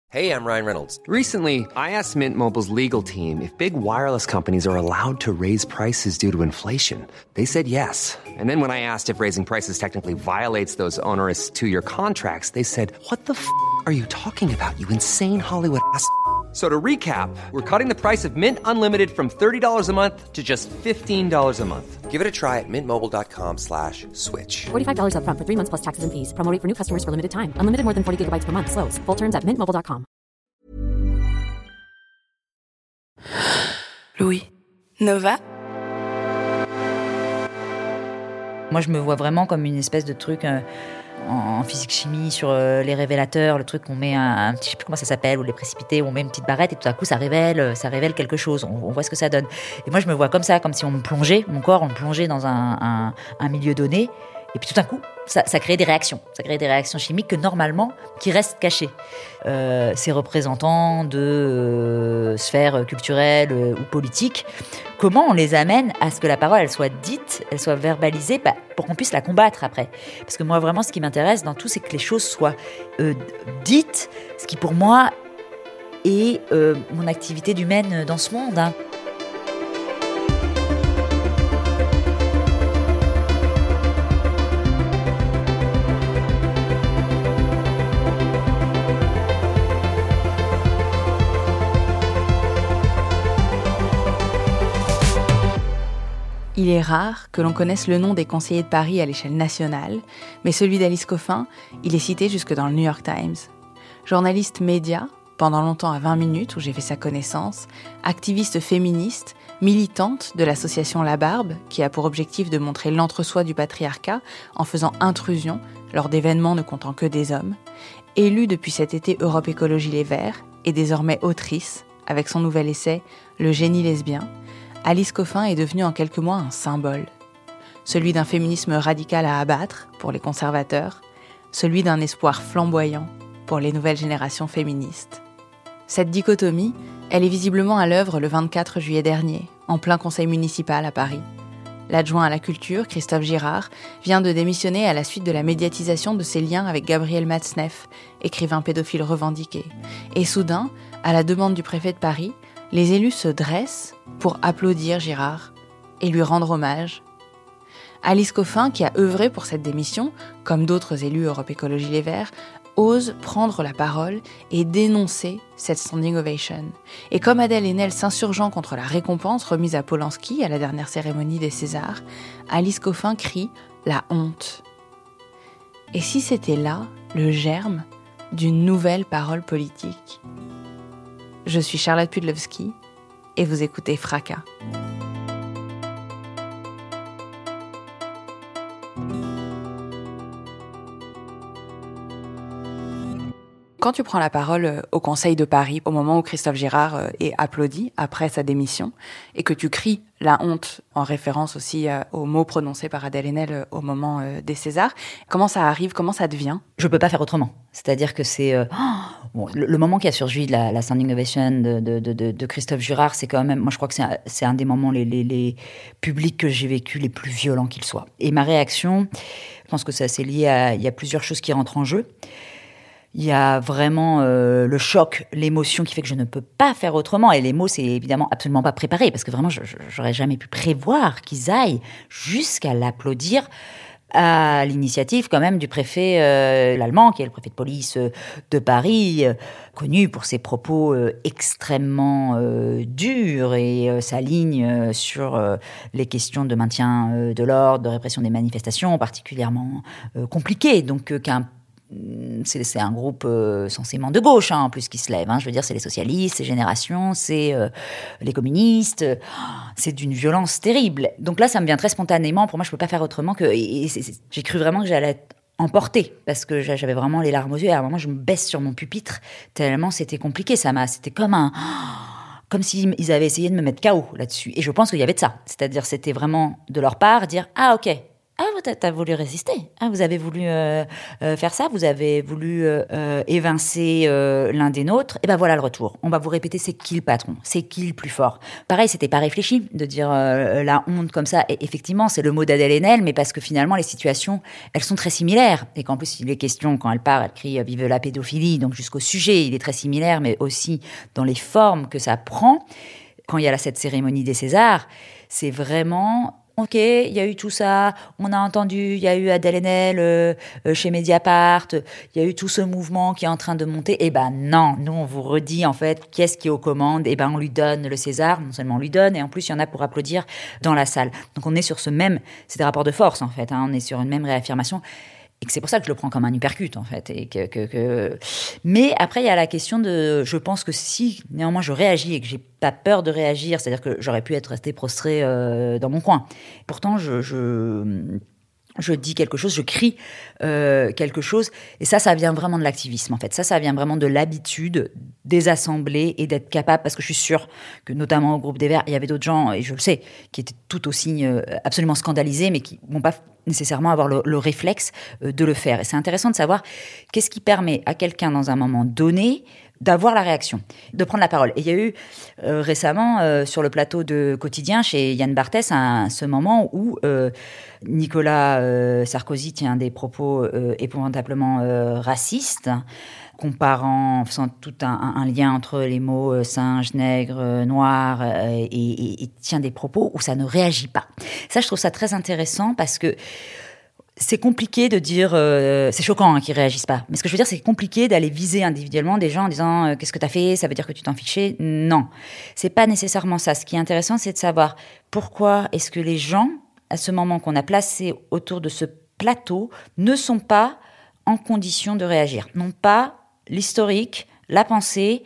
Hey, I'm Ryan Reynolds. Recently, I asked Mint Mobile's legal team if big wireless companies are allowed to raise prices due to inflation. They said yes. And then when I asked if raising prices technically violates those onerous two-year contracts, they said, "What the f*** are you talking about, you insane Hollywood ass?" So to recap, we're cutting the price of Mint Unlimited from $30 a month to just $15 a month. Give it a try at mintmobile.com/switch. $45 up front for 3 months plus taxes and fees. Promo rate for new customers for limited time. Unlimited more than 40 gigabytes per month. Slows full terms at mintmobile.com. Louis. Nova. Moi, je me vois vraiment comme une espèce de truc en physique-chimie sur les révélateurs, le truc qu'on met un petit, je sais plus comment ça s'appelle, ou les précipités, où on met une petite barrette et tout à coup ça révèle quelque chose, on voit ce que ça donne. Et moi je me vois comme ça, comme si on me plongeait, mon corps, on me plongeait dans un milieu donné, et puis tout d'un coup ça crée des réactions, chimiques que normalement, qui restent cachées. Ces représentants de sphères culturelles ou politiques, comment on les amène à ce que la parole elle soit dite, elle soit verbalisée, pour qu'on puisse la combattre après. Parce que moi vraiment ce qui m'intéresse dans tout, c'est que les choses soient dites, ce qui pour moi est mon activité d'humaine dans ce monde, hein. Il est rare que l'on connaisse le nom des conseillers de Paris à l'échelle nationale, mais celui d'Alice Coffin, il est cité jusque dans le New York Times. Journaliste média, pendant longtemps à 20 minutes où j'ai fait sa connaissance, activiste féministe, militante de l'association La Barbe, qui a pour objectif de montrer l'entre-soi du patriarcat en faisant intrusion lors d'événements ne comptant que des hommes, élue depuis cet été Europe Écologie Les Verts et désormais autrice, avec son nouvel essai « Le génie lesbien », Alice Coffin est devenue en quelques mois un symbole. Celui d'un féminisme radical à abattre pour les conservateurs, celui d'un espoir flamboyant pour les nouvelles générations féministes. Cette dichotomie, elle est visiblement à l'œuvre le 24 juillet dernier, en plein conseil municipal à Paris. L'adjoint à la culture, Christophe Girard, vient de démissionner à la suite de la médiatisation de ses liens avec Gabriel Matzneff, écrivain pédophile revendiqué. Et soudain, à la demande du préfet de Paris, les élus se dressent pour applaudir Girard et lui rendre hommage. Alice Coffin, qui a œuvré pour cette démission, comme d'autres élus Europe Écologie Les Verts, ose prendre la parole et dénoncer cette standing ovation. Et comme Adèle Haenel s'insurgeant contre la récompense remise à Polanski à la dernière cérémonie des Césars, Alice Coffin crie la honte. Et si c'était là le germe d'une nouvelle parole politique ? Je suis Charlotte Pudlowski et vous écoutez Fracas. Quand tu prends la parole au Conseil de Paris, au moment où Christophe Girard est applaudi après sa démission, et que tu cries la honte, en référence aussi aux mots prononcés par Adèle Haenel au moment des Césars, comment ça arrive, comment ça devient ? Je peux pas faire autrement. C'est-à-dire que c'est... le moment qui a surgi de la standing ovation de Christophe Girard, c'est quand même... Moi, je crois que c'est un des moments les publics que j'ai vécu les plus violents qu'ils soient. Et ma réaction, je pense que ça c'est lié à... Il y a plusieurs choses qui rentrent en jeu. Il y a vraiment le choc, l'émotion qui fait que je ne peux pas faire autrement. Et les mots, c'est évidemment absolument pas préparé, parce que vraiment, j'aurais jamais pu prévoir qu'ils aillent jusqu'à l'applaudir à l'initiative quand même du préfet l'allemand, qui est le préfet de police de Paris, connu pour ses propos extrêmement durs et sa ligne sur les questions de maintien de l'ordre, de répression des manifestations, particulièrement compliquées. Donc, c'est un groupe censément de gauche, en plus, qui se lève. Je veux dire, c'est les socialistes, c'est Génération, c'est les communistes. C'est d'une violence terrible. Donc là, ça me vient très spontanément. Pour moi, je peux pas faire autrement que... j'ai cru vraiment que j'allais être emportée, parce que j'avais vraiment les larmes aux yeux. Et à un moment, je me baisse sur mon pupitre, tellement c'était compliqué. C'était comme s'ils avaient essayé de me mettre KO là-dessus. Et je pense qu'il y avait de ça. C'est-à-dire, c'était vraiment de leur part dire « Ah, ok, Ah, t'as voulu résister. Ah, vous avez voulu faire ça. Vous avez voulu évincer l'un des nôtres. Et ben voilà le retour. On va vous répéter, c'est qui le patron? C'est qui le plus fort? Pareil, c'était pas réfléchi de dire la honte comme ça. Et effectivement, c'est le mot d'Adèle Haenel, mais parce que finalement, les situations, elles sont très similaires. Et qu'en plus, il est question, quand elle part, elle crie « Vive la pédophilie ». Donc jusqu'au sujet, il est très similaire, mais aussi dans les formes que ça prend. Quand il y a cette cérémonie des Césars, c'est vraiment... Ok, il y a eu tout ça, on a entendu, il y a eu Adèle Haenel chez Mediapart, il y a eu tout ce mouvement qui est en train de monter. Eh ben non, nous on vous redit en fait qu'est-ce qui est aux commandes. Eh ben on lui donne le César, non seulement on lui donne, et en plus il y en a pour applaudir dans la salle. Donc on est sur c'est des rapports de force en fait, on est sur une même réaffirmation. Et que c'est pour ça que je le prends comme un uppercut, en fait. Mais après, il y a la question de... Je pense que si, néanmoins, je réagis et que j'ai pas peur de réagir, c'est-à-dire que j'aurais pu être restée prostrée dans mon coin. Pourtant, je dis quelque chose, je crie quelque chose. Et ça vient vraiment de l'activisme, en fait. Ça vient vraiment de l'habitude des assemblées et d'être capable, parce que je suis sûre que, notamment au groupe des Verts, il y avait d'autres gens, et je le sais, qui étaient tout aussi absolument scandalisés, mais qui vont pas nécessairement avoir le réflexe de le faire. Et c'est intéressant de savoir qu'est-ce qui permet à quelqu'un, dans un moment donné, d'avoir la réaction, de prendre la parole. Et il y a eu récemment, sur le plateau de Quotidien, chez Yann Barthès, ce moment où Nicolas Sarkozy tient des propos épouvantablement racistes, faisant tout un lien entre les mots singe, nègre, noir, et tient des propos où ça ne réagit pas. Ça, je trouve ça très intéressant parce que c'est compliqué de dire... c'est choquant qu'ils ne réagissent pas. Mais ce que je veux dire, c'est compliqué d'aller viser individuellement des gens en disant « Qu'est-ce que tu as fait ? Ça veut dire que tu t'en fichais ?» Non, c'est pas nécessairement ça. Ce qui est intéressant, c'est de savoir pourquoi est-ce que les gens, à ce moment qu'on a placé autour de ce plateau, ne sont pas en condition de réagir. Non pas l'historique, la pensée...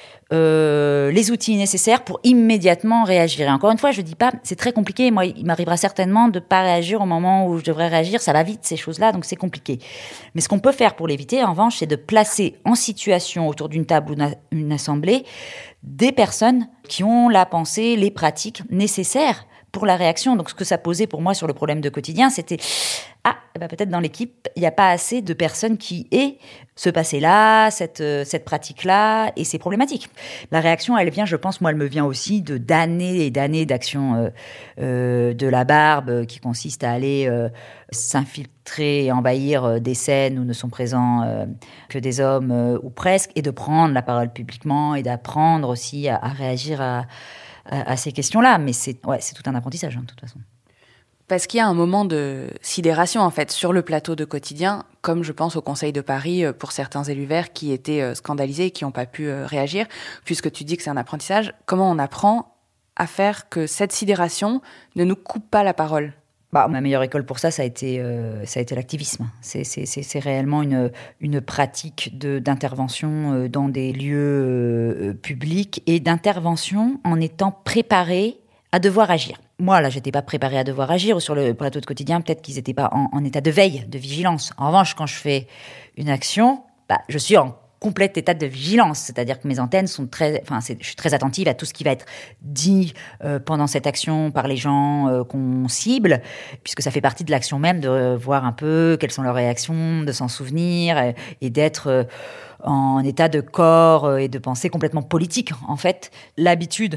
les outils nécessaires pour immédiatement réagir. Et encore une fois, je dis pas, c'est très compliqué. Moi, il m'arrivera certainement de pas réagir au moment où je devrais réagir. Ça va vite, ces choses-là, donc c'est compliqué. Mais ce qu'on peut faire pour l'éviter, en revanche, c'est de placer en situation autour d'une table ou d'une assemblée des personnes qui ont la pensée, les pratiques nécessaires pour la réaction. Donc, ce que ça posait pour moi sur le problème de Quotidien, c'était peut-être dans l'équipe, il n'y a pas assez de personnes qui aient ce passé-là, cette pratique-là, et ces problématiques. La réaction, elle vient, je pense, moi, elle me vient aussi d'années et d'années d'action de la barbe, qui consiste à aller s'infiltrer et envahir des scènes où ne sont présents que des hommes, ou presque, et de prendre la parole publiquement, et d'apprendre aussi à réagir à ces questions-là. Mais c'est tout un apprentissage, de toute façon. Parce qu'il y a un moment de sidération, en fait, sur le plateau de Quotidien, comme je pense au Conseil de Paris pour certains élus verts qui étaient scandalisés et qui n'ont pas pu réagir. Puisque tu dis que c'est un apprentissage, comment on apprend à faire que cette sidération ne nous coupe pas la parole ? Ma meilleure école pour ça a été l'activisme. C'est réellement une pratique d'intervention dans des lieux publics et d'intervention en étant préparé à devoir agir. Moi, là, j'étais pas préparée à devoir agir. Sur le plateau de Quotidien, peut-être qu'ils n'étaient pas en état de veille, de vigilance. En revanche, quand je fais une action, je suis en complète état de vigilance. C'est-à-dire que mes antennes sont je suis très attentive à tout ce qui va être dit pendant cette action par les gens qu'on cible, puisque ça fait partie de l'action même de voir un peu quelles sont leurs réactions, de s'en souvenir et d'être en état de corps et de pensée complètement politique. En fait, l'habitude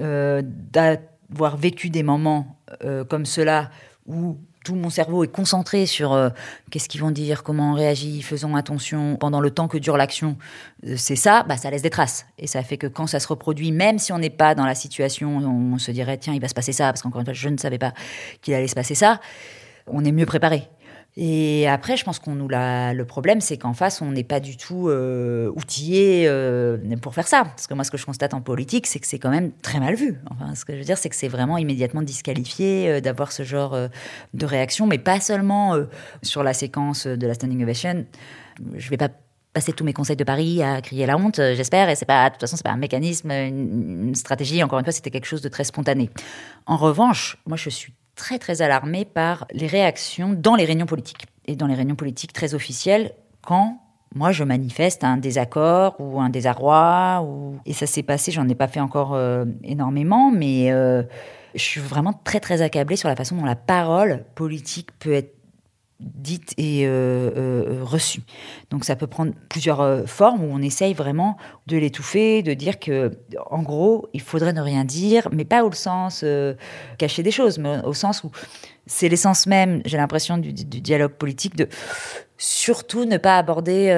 d'avoir vécu des moments comme cela où tout mon cerveau est concentré sur qu'est-ce qu'ils vont dire, comment on réagit, faisons attention pendant le temps que dure l'action, c'est ça laisse des traces. Et ça fait que quand ça se reproduit, même si on n'est pas dans la situation où on se dirait tiens, il va se passer ça, parce qu'encore une fois, je ne savais pas qu'il allait se passer ça, on est mieux préparé. Et après, je pense le problème, c'est qu'en face, on n'est pas du tout outillé pour faire ça. Parce que moi, ce que je constate en politique, c'est que c'est quand même très mal vu. Enfin, ce que je veux dire, c'est que c'est vraiment immédiatement disqualifié d'avoir ce genre de réaction, mais pas seulement sur la séquence de la standing ovation. Je ne vais pas passer tous mes conseils de Paris à crier la honte, j'espère, et de toute façon, c'est pas un mécanisme, une stratégie. Encore une fois, c'était quelque chose de très spontané. En revanche, moi, je suis très, très alarmée par les réactions dans les réunions politiques. Et dans les réunions politiques très officielles, quand moi, je manifeste un désaccord ou un désarroi. Et ça s'est passé, j'en ai pas fait encore énormément, mais je suis vraiment très, très accablée sur la façon dont la parole politique peut être dite et reçue. Donc ça peut prendre plusieurs formes où on essaye vraiment de l'étouffer, de dire que, en gros, il faudrait ne rien dire, mais pas au sens cacher des choses, mais au sens où c'est l'essence même, j'ai l'impression, du dialogue politique, de surtout ne pas aborder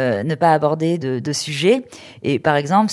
de sujets. Et par exemple,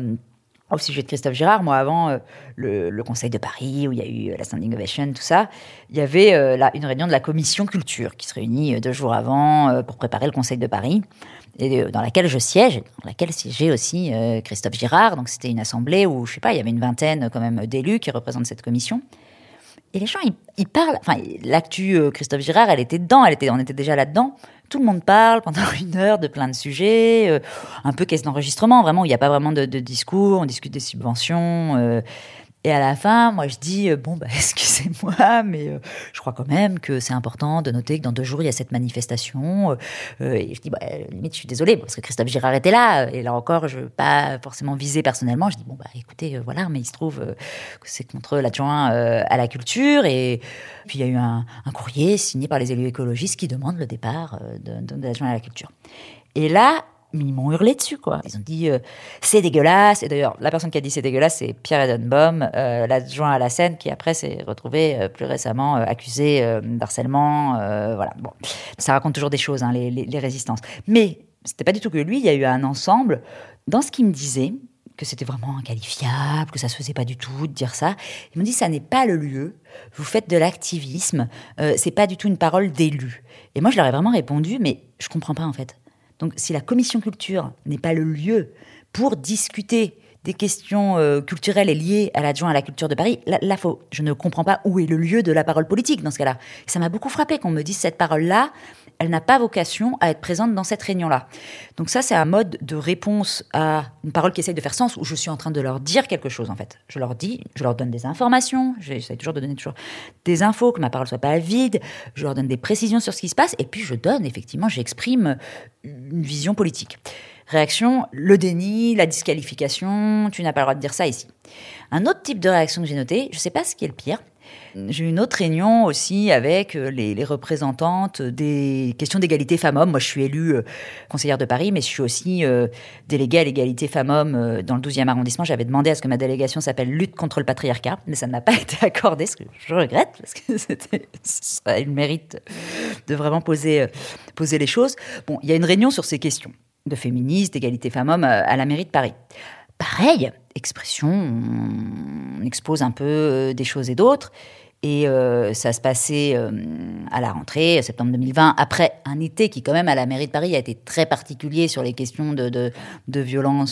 au sujet de Christophe Girard, moi, avant le Conseil de Paris, où il y a eu la standing ovation, tout ça, il y avait une réunion de la commission culture qui se réunit 2 jours avant pour préparer le Conseil de Paris, et dans laquelle je siège, dans laquelle siégeait aussi Christophe Girard. Donc c'était une assemblée où, je sais pas, il y avait une vingtaine quand même d'élus qui représentent cette commission. Et les gens, ils parlent. Enfin, l'actu Christophe Girard, elle était dedans, on était déjà là-dedans. Tout le monde parle pendant 1 heure de plein de sujets, un peu caisse d'enregistrement, vraiment, il n'y a pas vraiment de discours, on discute des subventions. Et à la fin, moi, je dis, excusez-moi, mais je crois quand même que c'est important de noter que dans 2 jours, il y a cette manifestation. Et je dis, limite, je suis désolée, parce que Christophe Girard était là. Et là encore, je ne veux pas forcément viser personnellement. Je dis, écoutez, voilà, mais il se trouve que c'est contre l'adjoint à la culture. Et puis, il y a eu un courrier signé par les élus écologistes qui demande le départ de l'adjoint à la culture. Et là, ils m'ont hurlé dessus, quoi. Ils ont dit c'est dégueulasse. Et d'ailleurs, la personne qui a dit c'est dégueulasse, c'est Pierre Edenbaum, l'adjoint à la scène, qui après s'est retrouvé plus récemment accusé d'harcèlement. Voilà. Bon, ça raconte toujours des choses, hein, les résistances. Mais c'était pas du tout que lui. Il y a eu un ensemble dans ce qu'il me disait, que c'était vraiment inqualifiable, que ça se faisait pas du tout de dire ça. Ils m'ont dit ça n'est pas le lieu. Vous faites de l'activisme. C'est pas du tout une parole d'élu. Et moi, je leur ai vraiment répondu, mais je comprends pas en fait. Donc, si la commission culture n'est pas le lieu pour discuter des questions culturelles et liées à l'adjoint à la culture de Paris, je ne comprends pas où est le lieu de la parole politique dans ce cas-là. Et ça m'a beaucoup frappé qu'on me dise cette parole-là, elle n'a pas vocation à être présente dans cette réunion-là. Donc ça, c'est un mode de réponse à une parole qui essaye de faire sens, où je suis en train de leur dire quelque chose, en fait. Je leur donne des informations, j'essaie toujours de donner des infos, que ma parole soit pas vide, je leur donne des précisions sur ce qui se passe, et puis j'exprime une vision politique. Réaction, le déni, la disqualification, tu n'as pas le droit de dire ça ici. Un autre type de réaction que j'ai noté, je ne sais pas ce qui est le pire, j'ai eu une autre réunion aussi avec les représentantes des questions d'égalité femmes-hommes. Moi, je suis élue conseillère de Paris, mais je suis aussi déléguée à l'égalité femmes-hommes dans le 12e arrondissement. J'avais demandé à ce que ma délégation s'appelle Lutte contre le patriarcat, mais ça ne m'a pas été accordé, ce que je regrette, parce que ça a eu le mérite de vraiment poser les choses. Bon, il y a une réunion sur ces questions de féminisme, d'égalité femmes-hommes à la mairie de Paris. Pareil, expression, on expose un peu des choses et d'autres. Et ça se passait à la rentrée, septembre 2020, après un été qui, quand même, à la mairie de Paris, a été très particulier sur les questions de violences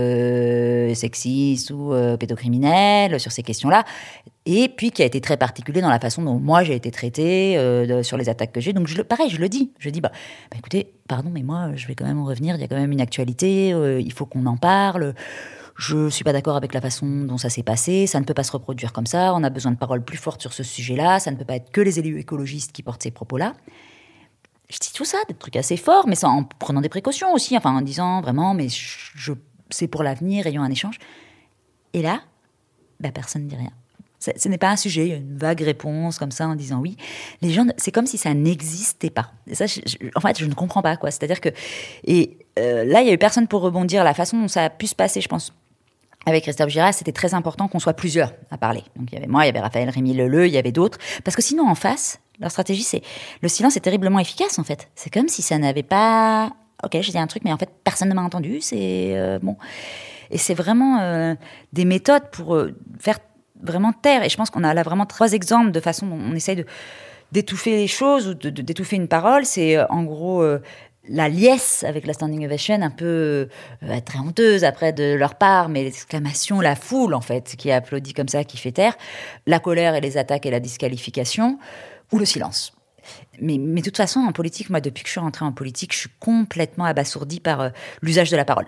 sexistes ou pédocriminelles, sur ces questions-là. Et puis qui a été très particulier dans la façon dont moi j'ai été traitée sur les attaques que j'ai. Donc pareil, je le dis. Je dis, écoutez, pardon, mais moi, je vais quand même en revenir. Il y a quand même une actualité, il faut qu'on en parle. Je ne suis pas d'accord avec la façon dont ça s'est passé, ça ne peut pas se reproduire comme ça, on a besoin de paroles plus fortes sur ce sujet-là, ça ne peut pas être que les élus écologistes qui portent ces propos-là. Je dis tout ça, des trucs assez forts, mais en prenant des précautions aussi, enfin en disant vraiment, mais c'est pour l'avenir, ayons un échange. Et là, personne ne dit rien. Ce n'est pas un sujet, il y a une vague réponse comme ça en disant oui. Les gens, c'est comme si ça n'existait pas. Et ça, en fait, je ne comprends pas, quoi. C'est-à-dire que... là, il n'y a eu personne pour rebondir. La façon dont ça a pu se passer, je pense, avec Christophe Girard, c'était très important qu'on soit plusieurs à parler. Donc, il y avait moi, il y avait Raphaël Rémy-Leleu, il y avait d'autres. Parce que sinon, en face, leur stratégie, c'est... Le silence est terriblement efficace, en fait. C'est comme si ça n'avait pas... Ok, j'ai dit un truc, mais en fait, personne ne m'a entendu. C'est... bon. Et c'est vraiment des méthodes pour faire vraiment taire. Et je pense qu'on a là vraiment 3 exemples de façon dont on essaye d'étouffer les choses ou d'étouffer une parole. C'est en gros... la liesse avec la standing ovation, un peu très honteuse après de leur part, mais l'exclamation, la foule en fait, qui applaudit comme ça, qui fait taire, la colère et les attaques et la disqualification, ou le silence. Mais de toute façon, en politique, moi, depuis que je suis rentrée en politique, je suis complètement abasourdie par l'usage de la parole.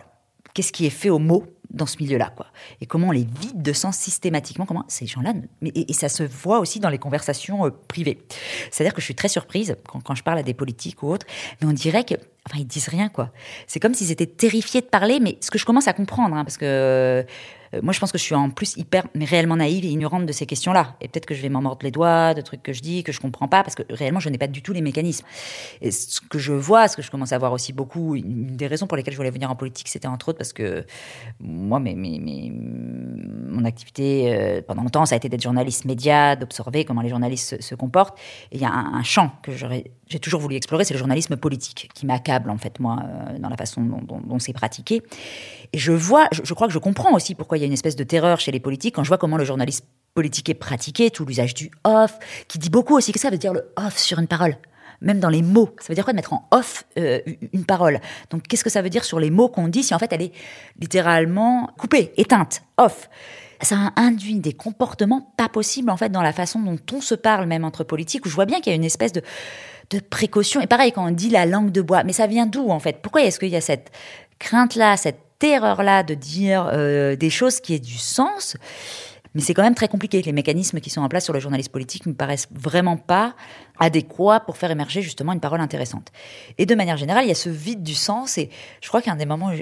qu'est-ce qui est fait aux mots dans ce milieu-là, quoi. Et comment on les vide de sens systématiquement, comment ces gens-là... Et ça se voit aussi dans les conversations privées. C'est-à-dire que je suis très surprise quand je parle à des politiques ou autres, mais on dirait que... Enfin, ils disent rien, quoi. C'est comme s'ils étaient terrifiés de parler, mais ce que je commence à comprendre, parce que... moi, je pense que je suis en plus mais réellement naïve et ignorante de ces questions-là. Et peut-être que je vais m'en mordre les doigts de trucs que je dis, que je comprends pas, parce que réellement, je n'ai pas du tout les mécanismes. Et ce que je vois, ce que je commence à voir aussi beaucoup, une des raisons pour lesquelles je voulais venir en politique, c'était entre autres parce que moi, mon activité, pendant longtemps, ça a été d'être journaliste média, d'observer comment les journalistes se comportent. Et il y a un champ que j'ai toujours voulu explorer, c'est le journalisme politique, qui m'accable, en fait, moi, dans la façon dont c'est pratiqué. Et je crois que je comprends aussi pourquoi il y a une espèce de terreur chez les politiques quand je vois comment le journalisme politique est pratiqué, tout l'usage du off, qui dit beaucoup aussi que ça veut dire le off sur une parole. Même dans les mots. Ça veut dire quoi de mettre en off une parole? Donc, qu'est-ce que ça veut dire sur les mots qu'on dit si en fait elle est littéralement coupée, éteinte, off? Ça induit des comportements pas possibles en fait dans la façon dont on se parle même entre politiques, où je vois bien qu'il y a une espèce de précaution. Et pareil, quand on dit la langue de bois, mais ça vient d'où en fait? Pourquoi est-ce qu'il y a cette crainte-là, cette terreur-là de dire des choses qui aient du sens? Mais c'est quand même très compliqué. Les mécanismes qui sont en place sur le journalisme politique me paraissent vraiment pas adéquats pour faire émerger justement une parole intéressante. Et de manière générale, il y a ce vide du sens. Et je crois qu'un des moments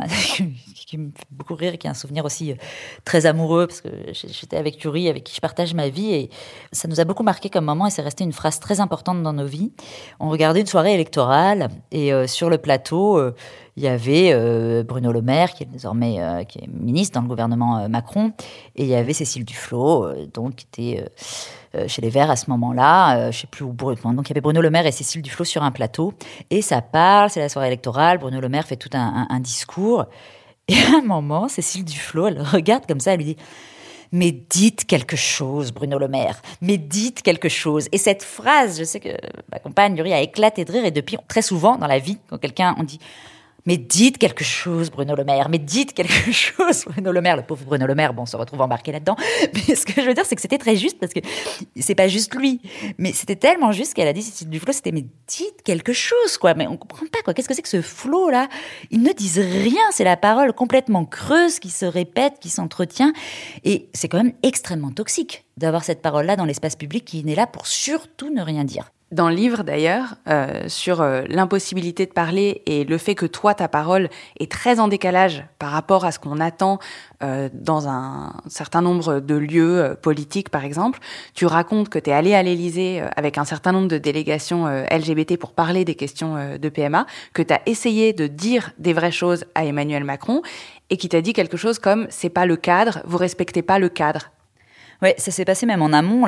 qui me fait beaucoup rire et qui est un souvenir aussi très amoureux, parce que j'étais avec Yuri, avec qui je partage ma vie, et ça nous a beaucoup marqué comme moment, et c'est resté une phrase très importante dans nos vies. On regardait une soirée électorale, et sur le plateau... il y avait Bruno Le Maire, qui est désormais qui est ministre dans le gouvernement Macron, et il y avait Cécile Duflot, qui était chez les Verts à ce moment-là, je ne sais plus où. Donc il y avait Bruno Le Maire et Cécile Duflot sur un plateau, et ça parle, c'est la soirée électorale, Bruno Le Maire fait tout un discours, et à un moment, Cécile Duflot, elle regarde comme ça, elle lui dit... Mais dites quelque chose, Bruno Le Maire. Mais dites quelque chose. Et cette phrase, je sais que ma compagne Yuri a éclaté de rire, et depuis, très souvent dans la vie, quand on dit... Mais dites quelque chose, Bruno Le Maire. Mais dites quelque chose, Bruno Le Maire. Le pauvre Bruno Le Maire, on se retrouve embarqué là-dedans. Mais ce que je veux dire, c'est que c'était très juste, parce que c'est pas juste lui. Mais c'était tellement juste qu'elle a dit, Cécile Duflot, c'était, mais dites quelque chose, quoi. Mais on comprend pas, quoi. Qu'est-ce que c'est que ce flow-là? Ils ne disent rien. C'est la parole complètement creuse qui se répète, qui s'entretient. Et c'est quand même extrêmement toxique d'avoir cette parole-là dans l'espace public qui n'est là pour surtout ne rien dire. Dans le livre, d'ailleurs, sur l'impossibilité de parler et le fait que toi, ta parole est très en décalage par rapport à ce qu'on attend dans un certain nombre de lieux politiques, par exemple, tu racontes que tu es allé à l'Élysée avec un certain nombre de délégations LGBT pour parler des questions de PMA, que tu as essayé de dire des vraies choses à Emmanuel Macron et qui t'a dit quelque chose comme « c'est pas le cadre, vous respectez pas le cadre ». Oui, ça s'est passé même en amont.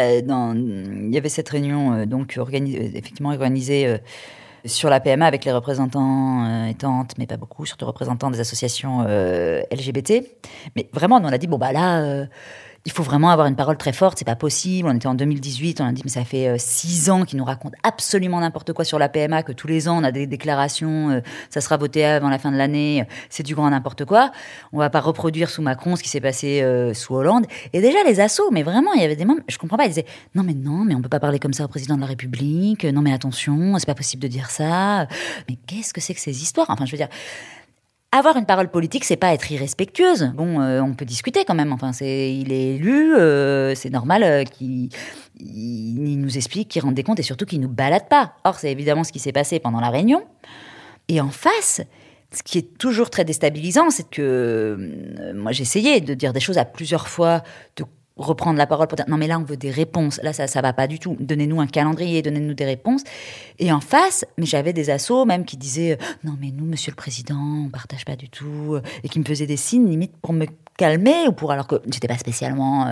Il y avait cette réunion organisée sur la PMA avec les représentants et tantes, mais pas beaucoup, surtout représentants des associations LGBT. Mais vraiment, on a dit, il faut vraiment avoir une parole très forte, c'est pas possible. On était en 2018, on a dit, mais ça fait 6 ans qu'ils nous racontent absolument n'importe quoi sur la PMA, que tous les ans on a des déclarations, ça sera voté avant la fin de l'année, c'est du grand n'importe quoi. On va pas reproduire sous Macron ce qui s'est passé sous Hollande. Et déjà les assos, mais vraiment, il y avait des membres, je comprends pas, ils disaient, non mais on peut pas parler comme ça au président de la République, non mais attention, c'est pas possible de dire ça. Mais qu'est-ce que c'est que ces histoires? Enfin, je veux dire... Avoir une parole politique, c'est pas être irrespectueuse. On peut discuter quand même. Enfin, il est élu, c'est normal qu'il nous explique, qu'il rende des comptes et surtout qu'il nous balade pas. Or, c'est évidemment ce qui s'est passé pendant la réunion. Et en face, ce qui est toujours très déstabilisant, c'est que moi, j'ai essayé de dire des choses à plusieurs fois, de reprendre la parole pour dire non mais là on veut des réponses, là ça va pas du tout, donnez-nous un calendrier, donnez-nous des réponses. Et en face, mais j'avais des assos même qui disaient non mais nous monsieur le président on partage pas du tout, et qui me faisaient des signes limite pour me calmer, ou pour, alors que j'étais pas spécialement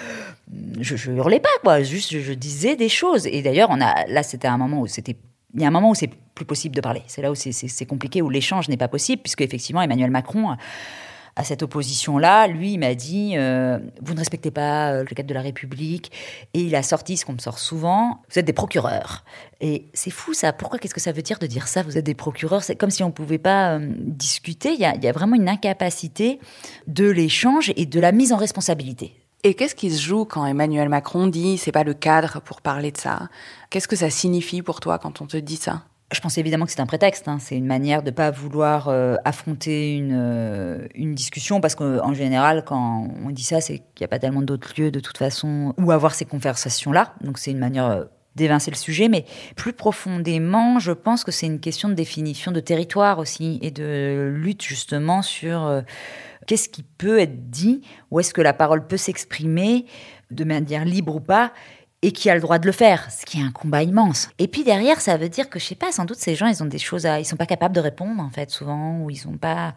je hurlais pas quoi, juste je disais des choses. Et d'ailleurs c'était un moment où il y a un moment où c'est plus possible de parler, c'est là où c'est compliqué, où l'échange n'est pas possible, puisque effectivement Emmanuel Macron à cette opposition-là, lui, il m'a dit vous ne respectez pas le cadre de la République. Et il a sorti ce qu'on me sort souvent, vous êtes des procureurs. Et c'est fou ça, pourquoi, qu'est-ce que ça veut dire de dire ça, vous êtes des procureurs? C'est comme si on ne pouvait pas discuter. Il y a vraiment une incapacité de l'échange et de la mise en responsabilité. Et qu'est-ce qui se joue quand Emmanuel Macron dit « c'est pas le cadre pour parler de ça » ? Qu'est-ce que ça signifie pour toi quand on te dit ça ? Je pense évidemment que c'est un prétexte. C'est une manière de ne pas vouloir affronter une discussion, parce qu'en général, quand on dit ça, c'est qu'il n'y a pas tellement d'autres lieux, de toute façon, où avoir ces conversations-là. Donc c'est une manière d'évincer le sujet. Mais plus profondément, je pense que c'est une question de définition de territoire aussi, et de lutte justement sur qu'est-ce qui peut être dit, où est-ce que la parole peut s'exprimer, de manière libre ou pas, et qui a le droit de le faire, ce qui est un combat immense. Et puis derrière, ça veut dire que, je sais pas, sans doute ces gens, ils ont des choses ils sont pas capables de répondre, en fait, souvent, ou ils sont pas...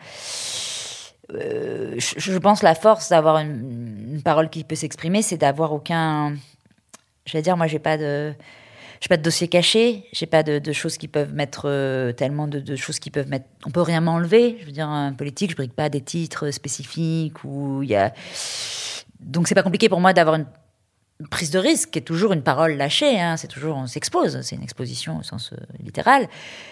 je pense la force d'avoir une parole qui peut s'exprimer, c'est d'avoir aucun... Je vais dire, moi, j'ai pas de dossier caché, j'ai pas de choses qui peuvent mettre... tellement de choses qui peuvent mettre... On peut rien m'enlever. Je veux dire, un politique, je brigue pas des titres spécifiques, où il y a... Donc c'est pas compliqué pour moi d'avoir une prise de risque, qui est toujours une parole lâchée, c'est toujours, on s'expose, c'est une exposition au sens littéral.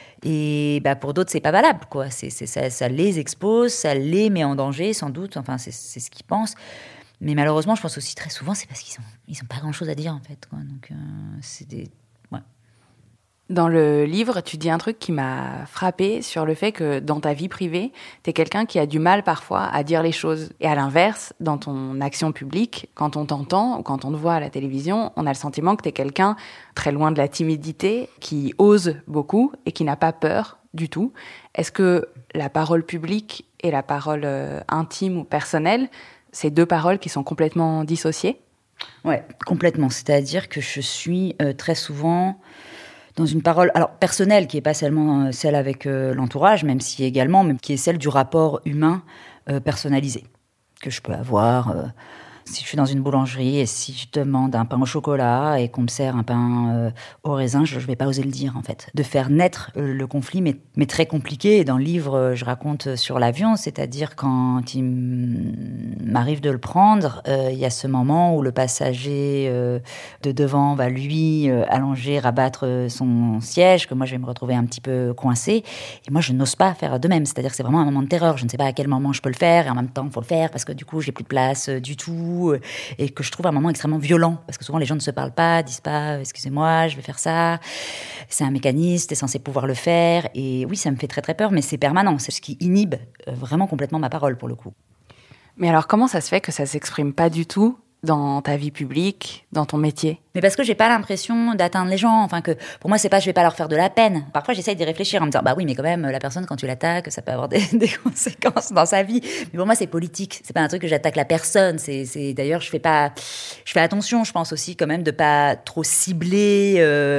Et pour d'autres, c'est pas valable, quoi. Ça les expose, ça les met en danger, sans doute. Enfin, c'est ce qu'ils pensent. Mais malheureusement, je pense aussi très souvent, c'est parce qu'ils ont pas grand-chose à dire, en fait, quoi. Donc, c'est des... Ouais. Dans le livre, tu dis un truc qui m'a frappée sur le fait que dans ta vie privée, t'es quelqu'un qui a du mal parfois à dire les choses. Et à l'inverse, dans ton action publique, quand on t'entend ou quand on te voit à la télévision, on a le sentiment que t'es quelqu'un très loin de la timidité, qui ose beaucoup et qui n'a pas peur du tout. Est-ce que la parole publique et la parole intime ou personnelle, c'est deux paroles qui sont complètement dissociées ? Ouais, complètement. C'est-à-dire que je suis très souvent... dans une parole, alors personnelle, qui n'est pas seulement celle avec l'entourage, même si également, mais qui est celle du rapport humain personnalisé, que je peux avoir. Si je suis dans une boulangerie et si je demande un pain au chocolat et qu'on me sert un pain au raisin, je ne vais pas oser le dire, en fait. De faire naître le conflit, mais très compliqué. Et dans le livre, je raconte sur l'avion, c'est-à-dire quand il m'arrive de le prendre, il y a ce moment où le passager de devant va, lui, allonger, rabattre son siège, que moi, je vais me retrouver un petit peu coincée. Et moi, je n'ose pas faire de même. C'est-à-dire que c'est vraiment un moment de terreur. Je ne sais pas à quel moment je peux le faire. Et en même temps, il faut le faire parce que du coup, j'ai plus de place du tout. Et que je trouve un moment extrêmement violent, parce que souvent les gens ne se parlent pas, disent pas excusez-moi, je vais faire ça, c'est un mécanisme, t'es censé pouvoir le faire, et oui, ça me fait très très peur, mais c'est permanent, c'est ce qui inhibe vraiment complètement ma parole pour le coup. Mais alors comment ça se fait que ça s'exprime pas du tout dans ta vie publique, dans ton métier ? Mais parce que j'ai pas l'impression d'atteindre les gens, enfin que pour moi c'est pas je vais pas leur faire de la peine. Parfois j'essaye d'y réfléchir en me disant bah oui mais quand même la personne quand tu l'attaques ça peut avoir des conséquences dans sa vie. Mais pour moi c'est politique, c'est pas un truc que j'attaque la personne. C'est d'ailleurs je fais attention, je pense aussi quand même de pas trop cibler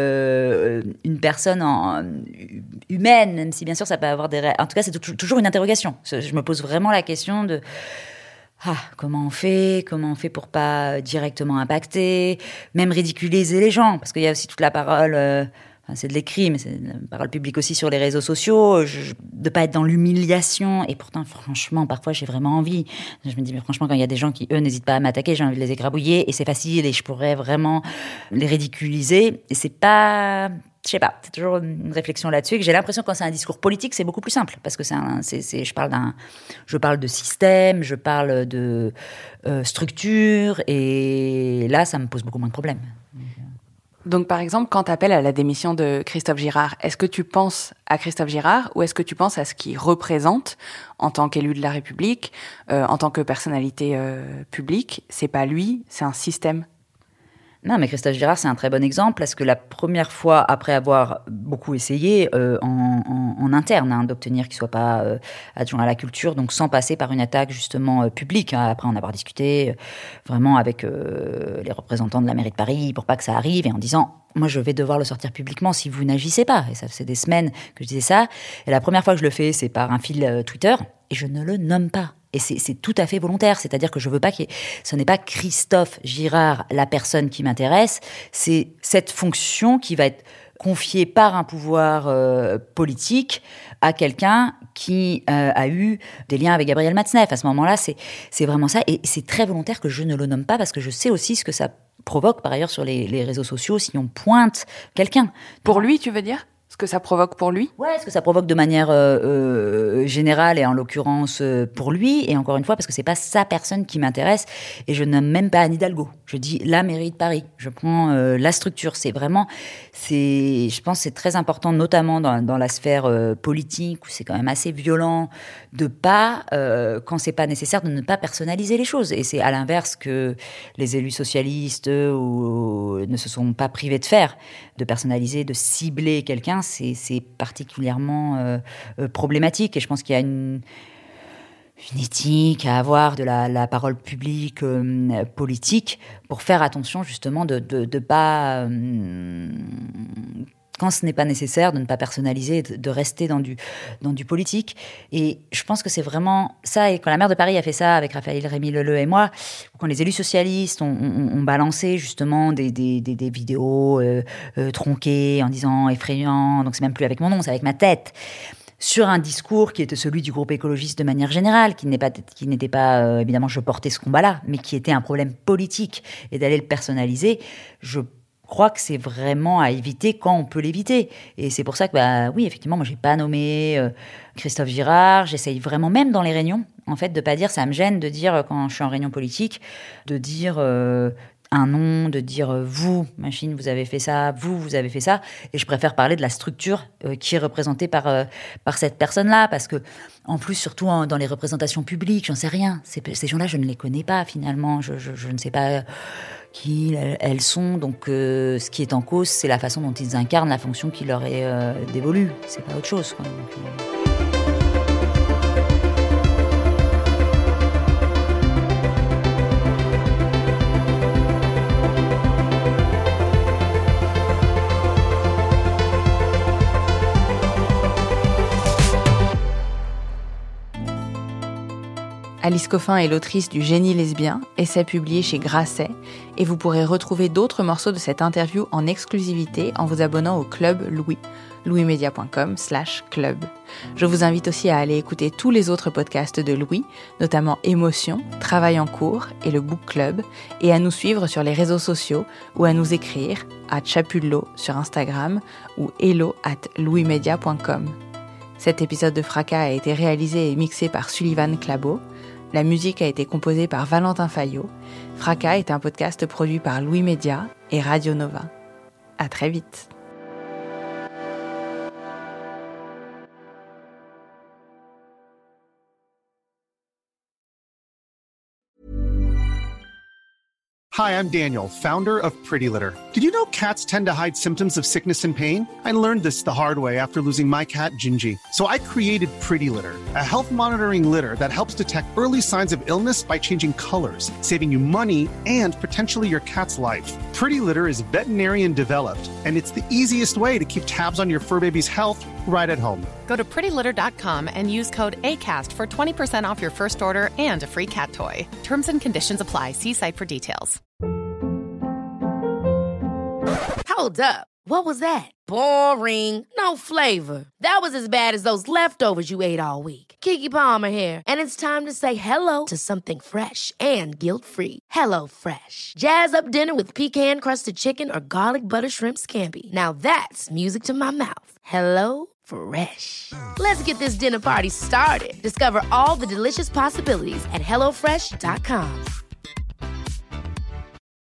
une personne humaine, même si bien sûr ça peut avoir en tout cas c'est toujours une interrogation. Je me pose vraiment la question de comment on fait pour pas directement impacter, même ridiculiser les gens, parce qu'il y a aussi toute la parole, c'est de l'écrit, mais c'est la parole publique aussi sur les réseaux sociaux, de pas être dans l'humiliation, et pourtant, franchement, parfois, j'ai vraiment envie. Je me dis, mais franchement, quand il y a des gens qui, eux, n'hésitent pas à m'attaquer, j'ai envie de les égrabouiller, et c'est facile, et je pourrais vraiment les ridiculiser, et c'est pas... Je sais pas, c'est toujours une réflexion là-dessus. Et que j'ai l'impression que quand c'est un discours politique, c'est beaucoup plus simple. Parce que je parle de système, je parle de structure. Et là, ça me pose beaucoup moins de problèmes. Donc, par exemple, quand tu appelles à la démission de Christophe Girard, est-ce que tu penses à Christophe Girard ou est-ce que tu penses à ce qu'il représente en tant qu'élu de la République, en tant que personnalité publique ? C'est pas lui, c'est un système. Non, mais Christophe Girard, c'est un très bon exemple, parce que la première fois, après avoir beaucoup essayé en interne, d'obtenir qu'il ne soit pas adjoint à la culture, donc sans passer par une attaque justement publique, après en avoir discuté vraiment avec les représentants de la mairie de Paris pour pas que ça arrive, et en disant moi je vais devoir le sortir publiquement si vous n'agissez pas. Et ça fait des semaines que je disais ça, et la première fois que je le fais, c'est par un fil Twitter, et je ne le nomme pas. Et c'est tout à fait volontaire, c'est-à-dire que je veux pas ce n'est pas Christophe Girard la personne qui m'intéresse, c'est cette fonction qui va être confiée par un pouvoir politique à quelqu'un qui a eu des liens avec Gabriel Matzneff. À ce moment-là, c'est vraiment ça, et c'est très volontaire que je ne le nomme pas, parce que je sais aussi ce que ça provoque par ailleurs sur les réseaux sociaux si on pointe quelqu'un. Pour lui, tu veux dire ? Ce que ça provoque pour lui ? Ouais, ce que ça provoque de manière générale et en l'occurrence pour lui. Et encore une fois, parce que c'est pas sa personne qui m'intéresse et je n'aime même pas Anne Hidalgo. Je dis la mairie de Paris. Je prends la structure. Je pense que c'est très important, notamment dans la sphère politique où c'est quand même assez violent de pas, quand c'est pas nécessaire, de ne pas personnaliser les choses. Et c'est à l'inverse que les élus socialistes ne se sont pas privés de faire, de personnaliser, de cibler quelqu'un. C'est particulièrement problématique et je pense qu'il y a une éthique à avoir de la parole publique politique pour faire attention justement de pas quand ce n'est pas nécessaire, de ne pas personnaliser, de rester dans du politique. Et je pense que c'est vraiment ça. Et quand la maire de Paris a fait ça avec Raphaël Rémy-Leleu et moi, quand les élus socialistes ont balancé justement des vidéos tronquées en disant effrayant, donc c'est même plus avec mon nom, c'est avec ma tête, sur un discours qui était celui du groupe écologiste de manière générale, qui n'était pas évidemment je portais ce combat-là, mais qui était un problème politique, et d'aller le personnaliser, je crois que c'est vraiment à éviter quand on peut l'éviter. Et c'est pour ça que, oui, effectivement, moi, j'ai pas nommé Christophe Girard. J'essaye vraiment, même dans les réunions, en fait, de pas dire, ça me gêne de dire, quand je suis en réunion politique, de dire un nom, de dire vous, machine, vous avez fait ça, vous avez fait ça. Et je préfère parler de la structure qui est représentée par cette personne-là, parce que, en plus, surtout dans les représentations publiques, j'en sais rien. Ces gens-là, je ne les connais pas, finalement. Je ne sais pas qui elles sont. Donc, ce qui est en cause, c'est la façon dont ils incarnent la fonction qui leur est dévolue. C'est pas autre chose, quoi. Donc, Alice Coffin est l'autrice du Génie lesbien, essai publié chez Grasset, et vous pourrez retrouver d'autres morceaux de cette interview en exclusivité en vous abonnant au Club Louis, louismedia.com/club. Je vous invite aussi à aller écouter tous les autres podcasts de Louis, notamment Émotion, Travail en cours et le Book Club, et à nous suivre sur les réseaux sociaux ou à nous écrire à Chapullo sur Instagram ou hello@louismedia.com. Cet épisode de Fracas a été réalisé et mixé par Sullivan Clabot. La musique a été composée par Valentin Fayot. Fracas est un podcast produit par Louis Média et Radio Nova. À très vite. Hi, I'm Daniel, founder of Pretty Litter. Did you know cats tend to hide symptoms of sickness and pain? I learned this the hard way after losing my cat, Gingy. So I created Pretty Litter, a health monitoring litter that helps detect early signs of illness by changing colors, saving you money and potentially your cat's life. Pretty Litter is veterinarian developed, and it's the easiest way to keep tabs on your fur baby's health right at home. Go to prettylitter.com and use code ACAST for 20% off your first order and a free cat toy. Terms and conditions apply. See site for details. Hold up. What was that? Boring. No flavor. That was as bad as those leftovers you ate all week. Keke Palmer here, and it's time to say hello to something fresh and guilt-free. Hello Fresh. Jazz up dinner with pecan-crusted chicken or garlic butter shrimp scampi. Now that's music to my mouth. Hello Fresh. Let's get this dinner party started. Discover all the delicious possibilities at HelloFresh.com.